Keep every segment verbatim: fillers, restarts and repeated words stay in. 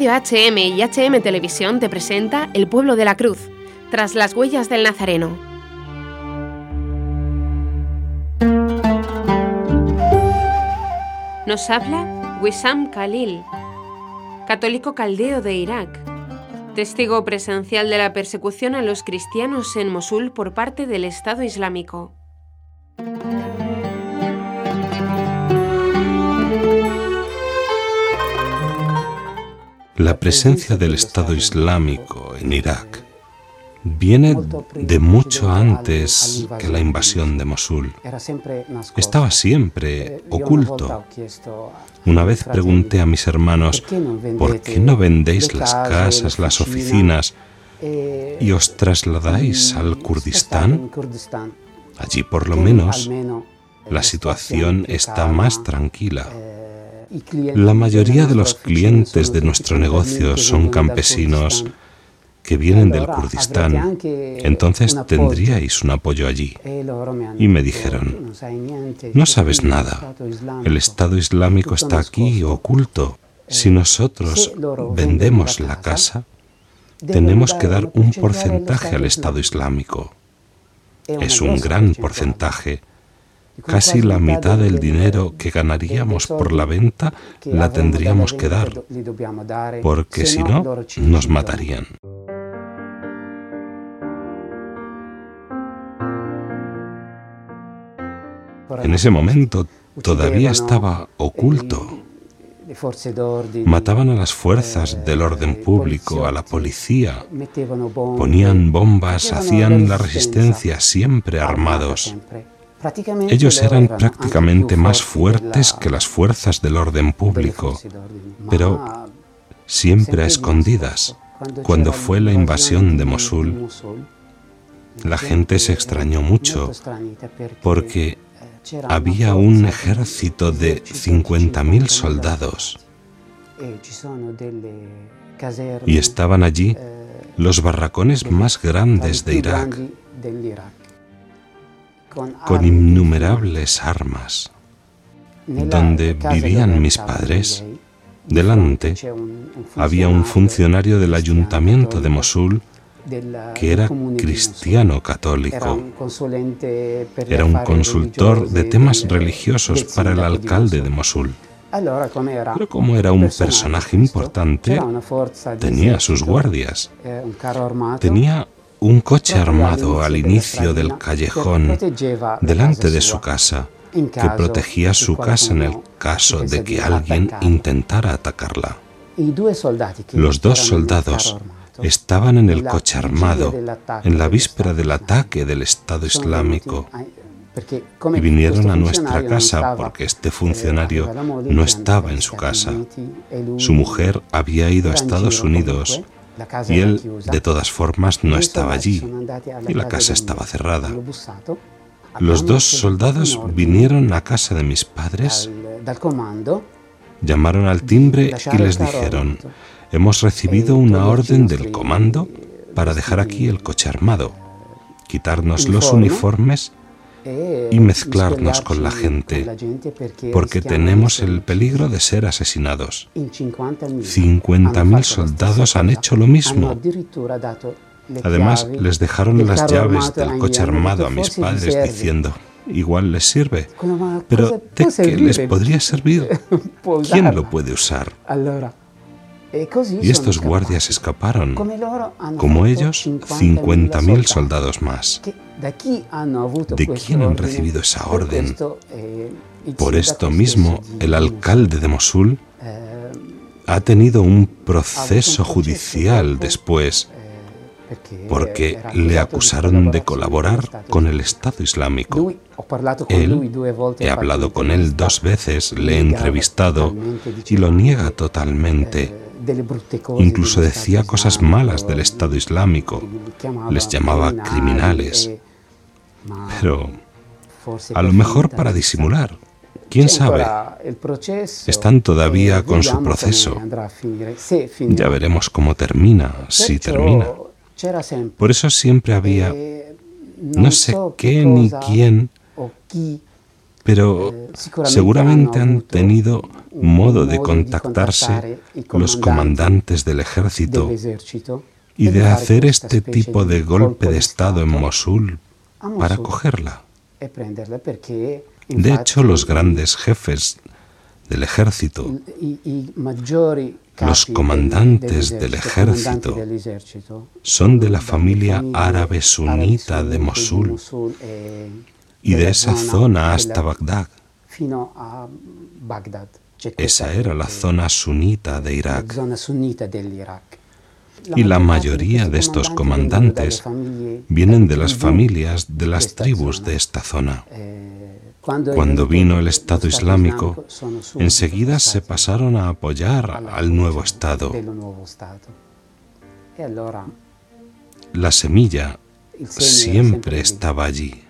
Radio H M y H M Televisión te presenta El Pueblo de la Cruz, tras las huellas del Nazareno. Nos habla Wissam Khalil, católico caldeo de Irak, testigo presencial de la persecución a los cristianos en Mosul por parte del Estado Islámico. La presencia del Estado Islámico en Irak viene de mucho antes que la invasión de Mosul. Estaba siempre oculto. Una vez pregunté a mis hermanos, ¿por qué no vendéis las casas, las oficinas y os trasladáis al Kurdistán? Allí por lo menos la situación está más tranquila. La mayoría de los clientes de nuestro negocio son campesinos que vienen del Kurdistán, entonces tendríais un apoyo allí. Y me dijeron, no sabes nada, el Estado Islámico está aquí oculto. Si nosotros vendemos la casa, tenemos que dar un porcentaje al Estado Islámico. Es un gran porcentaje. Casi la mitad del dinero que ganaríamos por la venta la tendríamos que dar, porque si no, nos matarían. En ese momento todavía estaba oculto. Mataban a las fuerzas del orden público, a la policía, ponían bombas, hacían la resistencia, siempre armados. Ellos eran prácticamente más fuertes que las fuerzas del orden público, pero siempre a escondidas. Cuando fue la invasión de Mosul, la gente se extrañó mucho, porque había un ejército de cincuenta mil soldados y estaban allí los barracones más grandes de Irak, con innumerables armas. Donde vivían mis padres, delante, había un funcionario del ayuntamiento de Mosul que era cristiano católico. Era un consultor de temas religiosos para el alcalde de Mosul. Pero como era un personaje importante, tenía sus guardias. Tenía un coche armado al inicio del callejón, delante de su casa, que protegía su casa en el caso de que alguien intentara atacarla. Los dos soldados estaban en el coche armado en la víspera del ataque del Estado Islámico y vinieron a nuestra casa porque este funcionario no estaba en su casa. Su mujer había ido a Estados Unidos y él, de todas formas, no estaba allí y la casa estaba cerrada. Los dos soldados vinieron a casa de mis padres, llamaron al timbre y les dijeron, hemos recibido una orden del comando para dejar aquí el coche armado, quitarnos los uniformes y mezclarnos con la gente, porque tenemos el peligro de ser asesinados. cincuenta mil soldados han hecho lo mismo. Además, les dejaron las llaves del coche armado a mis padres diciendo, igual les sirve, pero ¿de qué les podría servir? ¿Quién lo puede usar? Y estos guardias escaparon, como ellos, cincuenta mil soldados más. ¿De quién han recibido esa orden? Por esto mismo, el alcalde de Mosul ha tenido un proceso judicial después, porque le acusaron de colaborar con el Estado Islámico. Él, he hablado con él dos veces, le he entrevistado y lo niega totalmente. Incluso decía cosas malas del Estado Islámico, les llamaba criminales. Pero a lo mejor para disimular. ¿Quién sabe? Están todavía con su proceso. Ya veremos cómo termina, si termina. Por eso siempre había no sé qué ni quién pero seguramente han tenido modo de contactarse los comandantes del ejército y de hacer este tipo de golpe de Estado en Mosul para cogerla. De hecho, los grandes jefes del ejército, los comandantes del ejército, son de la familia árabe sunita de Mosul y de esa zona hasta Bagdad. Esa era la zona sunita de Irak. Y la mayoría de estos comandantes vienen de las familias de las tribus de esta zona. Cuando vino el Estado Islámico, enseguida se pasaron a apoyar al nuevo Estado. La semilla siempre estaba allí.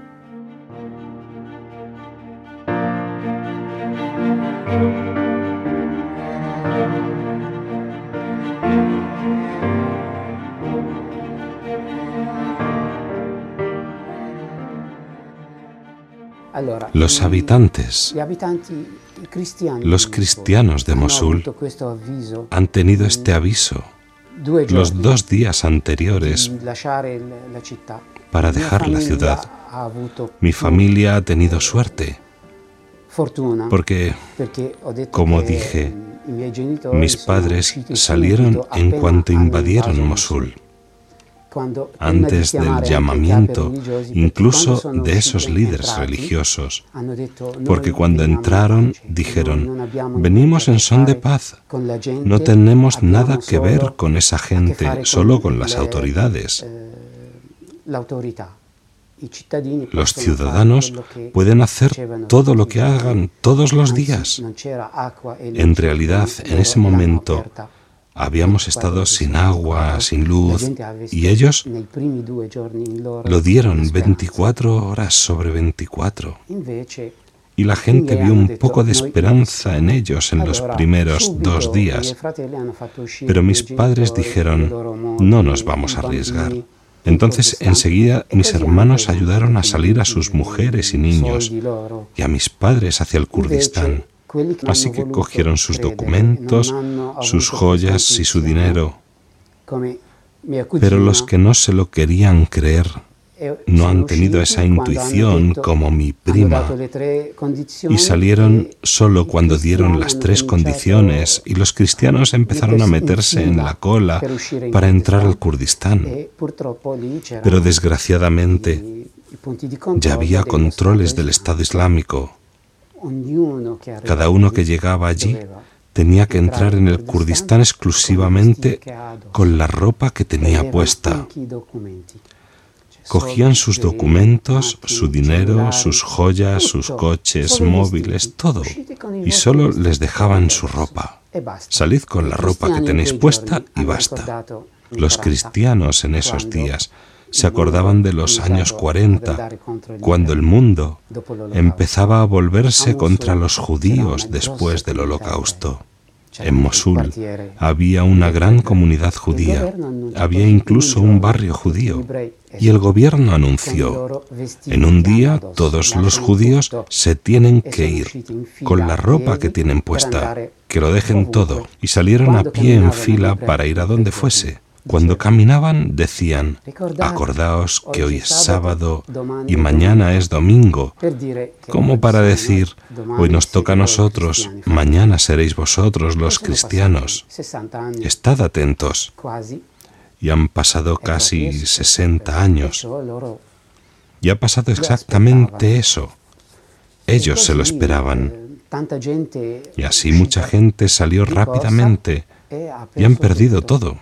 Los habitantes, los cristianos de Mosul, han tenido este aviso los dos días anteriores para dejar la ciudad. Mi familia ha tenido suerte, porque, como dije, mis padres salieron en cuanto invadieron Mosul. Antes del llamamiento, incluso de esos líderes religiosos, porque cuando entraron dijeron, venimos en son de paz, no tenemos nada que ver con esa gente, solo con las autoridades. Los ciudadanos pueden hacer todo lo que hagan todos los días. En realidad, en ese momento, habíamos estado sin agua, sin luz, y ellos lo dieron veinticuatro horas sobre veinticuatro. Y la gente vio un poco de esperanza en ellos en los primeros dos días. Pero mis padres dijeron, no nos vamos a arriesgar. Entonces, enseguida, mis hermanos ayudaron a salir a sus mujeres y niños, y a mis padres hacia el Kurdistán. Así que cogieron sus documentos, sus joyas y su dinero. Pero los que no se lo querían creer no han tenido esa intuición como mi prima y salieron solo cuando dieron las tres condiciones y los cristianos empezaron a meterse en la cola para entrar al Kurdistán. Pero desgraciadamente ya había controles del Estado Islámico. Cada uno que llegaba allí tenía que entrar en el Kurdistán exclusivamente con la ropa que tenía puesta. Cogían sus documentos, su dinero, sus joyas, sus coches, móviles, todo, y solo les dejaban su ropa. Salid con la ropa que tenéis puesta y basta. Los cristianos en esos días se acordaban de los años cuarenta, cuando el mundo empezaba a volverse contra los judíos después del Holocausto. En Mosul había una gran comunidad judía, había incluso un barrio judío, y el gobierno anunció, en un día todos los judíos se tienen que ir, con la ropa que tienen puesta, que lo dejen todo, y salieron a pie en fila para ir a donde fuese. Cuando caminaban decían, acordaos que hoy es sábado y mañana es domingo, como para decir, hoy nos toca a nosotros, mañana seréis vosotros los cristianos. Estad atentos. Y han pasado casi sesenta años. Y ha pasado exactamente eso. Ellos se lo esperaban. Y así mucha gente salió rápidamente y han perdido todo.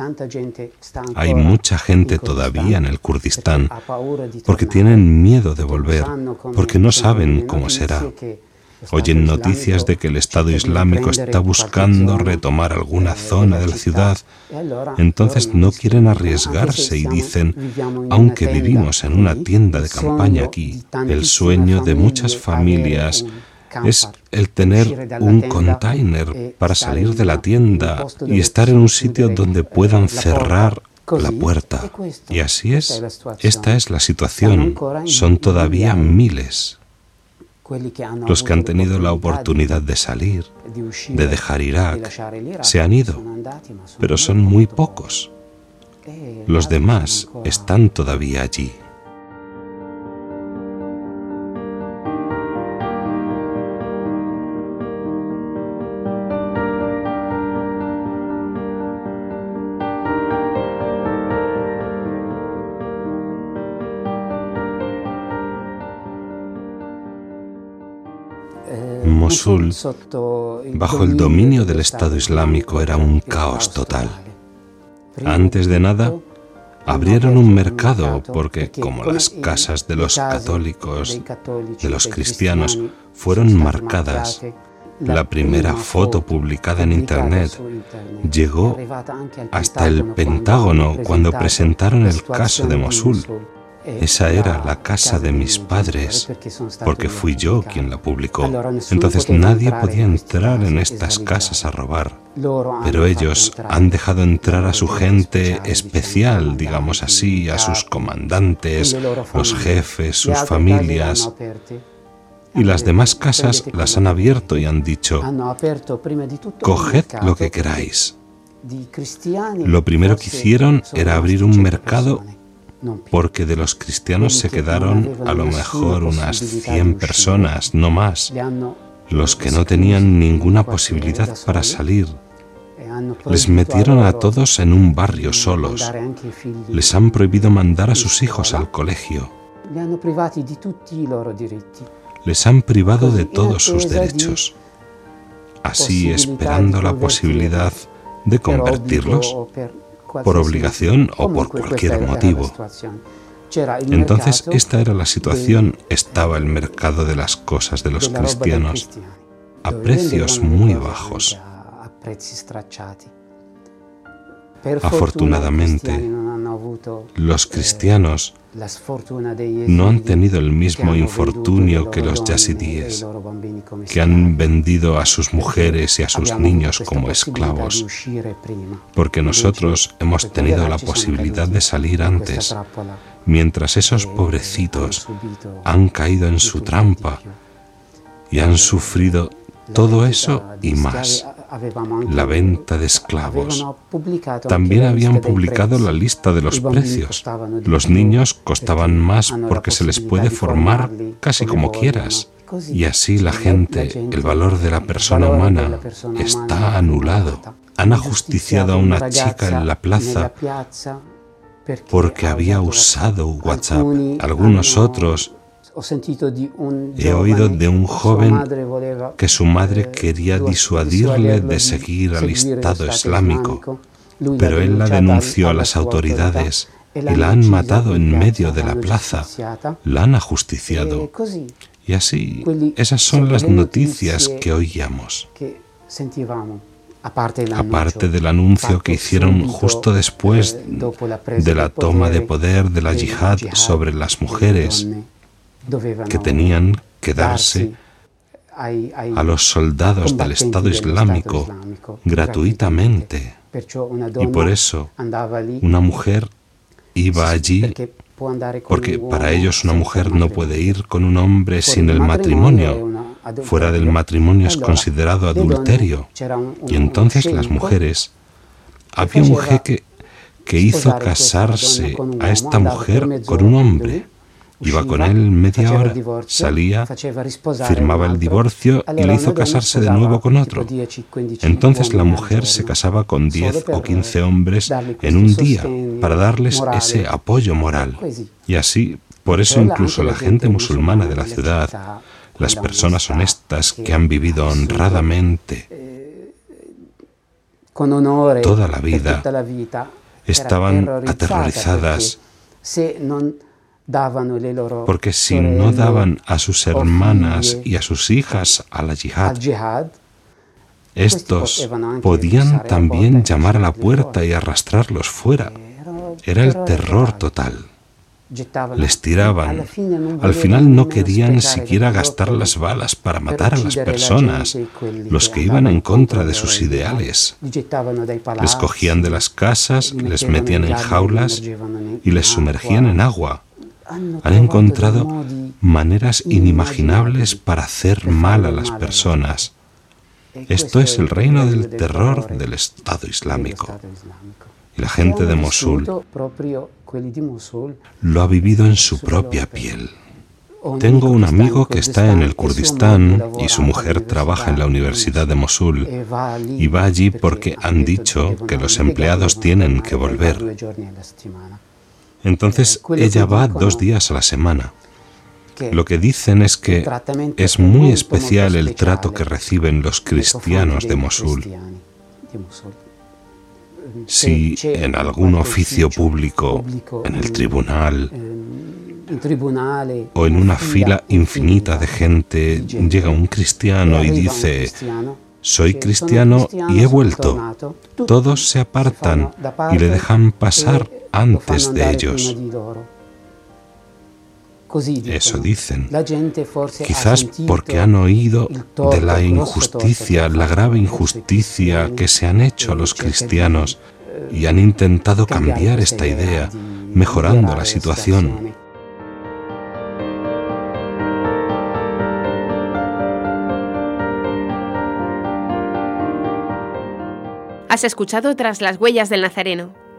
Hay mucha gente todavía en el Kurdistán porque tienen miedo de volver, porque no saben cómo será. Oyen noticias de que el Estado Islámico está buscando retomar alguna zona de la ciudad, entonces no quieren arriesgarse y dicen, aunque vivimos en una tienda de campaña aquí, el sueño de muchas familias es el tener un container para salir de la tienda y estar en un sitio donde puedan cerrar la puerta. Y así es, esta es la situación, son todavía miles. Los que han tenido la oportunidad de salir, de dejar Irak, se han ido, pero son muy pocos. Los demás están todavía allí. Mosul, bajo el dominio del Estado Islámico, era un caos total. Antes de nada, abrieron un mercado porque, como las casas de los católicos, de los cristianos, fueron marcadas, la primera foto publicada en Internet llegó hasta el Pentágono cuando presentaron el caso de Mosul. Esa era la casa de mis padres, porque fui yo quien la publicó. Entonces nadie podía entrar en estas casas a robar. Pero ellos han dejado entrar a su gente especial, digamos así, a sus comandantes, los jefes, sus familias. Y las demás casas las han abierto y han dicho: coged lo que queráis. Lo primero que hicieron era abrir un mercado, porque de los cristianos se quedaron a lo mejor unas cien personas, no más, los que no tenían ninguna posibilidad para salir. Les metieron a todos en un barrio solos. Les han prohibido mandar a sus hijos al colegio. Les han privado de todos sus derechos. Así, esperando la posibilidad de convertirlos, por obligación o por cualquier motivo. Entonces, esta era la situación. Estaba el mercado de las cosas de los cristianos a precios muy bajos. Afortunadamente, los cristianos no han tenido el mismo infortunio que los yazidíes, que han vendido a sus mujeres y a sus niños como esclavos, porque nosotros hemos tenido la posibilidad de salir antes, mientras esos pobrecitos han caído en su trampa y han sufrido todo eso y más. La venta de esclavos. También habían publicado la lista de los precios. Los niños costaban más porque se les puede formar casi como quieras. Y así la gente, el valor de la persona humana, está anulado. Han ajusticiado a una chica en la plaza porque había usado WhatsApp. Algunos otros. He oído de un joven que su madre quería disuadirle de seguir al Estado Islámico, pero él la denunció a las autoridades y la han matado en medio de la plaza, la han ajusticiado. Y así, esas son las noticias que oíamos. Aparte del anuncio que hicieron justo después de la toma de poder de la yihad sobre las mujeres, que tenían que darse a los soldados del Estado Islámico gratuitamente. Y por eso una mujer iba allí, porque para ellos una mujer no puede ir con un hombre sin el matrimonio. Fuera del matrimonio es considerado adulterio. Y entonces las mujeres, había un jeque que hizo casarse a esta mujer con un hombre. Iba con él media hora, salía, firmaba el divorcio y le hizo casarse de nuevo con otro. Entonces la mujer se casaba con diez o quince hombres en un día para darles ese apoyo moral. Y así, por eso incluso la gente musulmana de la ciudad, las personas honestas que han vivido honradamente toda la vida, estaban aterrorizadas, porque si no daban a sus hermanas y a sus hijas a la yihad, estos podían también llamar a la puerta y arrastrarlos fuera. Era el terror total. Les tiraban. Al final no querían siquiera gastar las balas para matar a las personas, los que iban en contra de sus ideales. Les cogían de las casas, les metían en jaulas y les sumergían en agua. han encontrado maneras inimaginables para hacer mal a las personas. Esto es el reino del terror del Estado Islámico. Y la gente de Mosul lo ha vivido en su propia piel. Tengo un amigo que está en el Kurdistán y su mujer trabaja en la Universidad de Mosul y va allí porque han dicho que los empleados tienen que volver. Entonces ella va dos días a la semana. Lo que dicen es que es muy especial el trato que reciben los cristianos de Mosul. Si en algún oficio público, en el tribunal o en una fila infinita de gente, llega un cristiano y dice: soy cristiano y he vuelto, todos se apartan y le dejan pasar antes de ellos. Eso dicen. Quizás porque han oído de la injusticia, la grave injusticia que se han hecho a los cristianos y han intentado cambiar esta idea, mejorando la situación. Has escuchado Tras las huellas del Nazareno,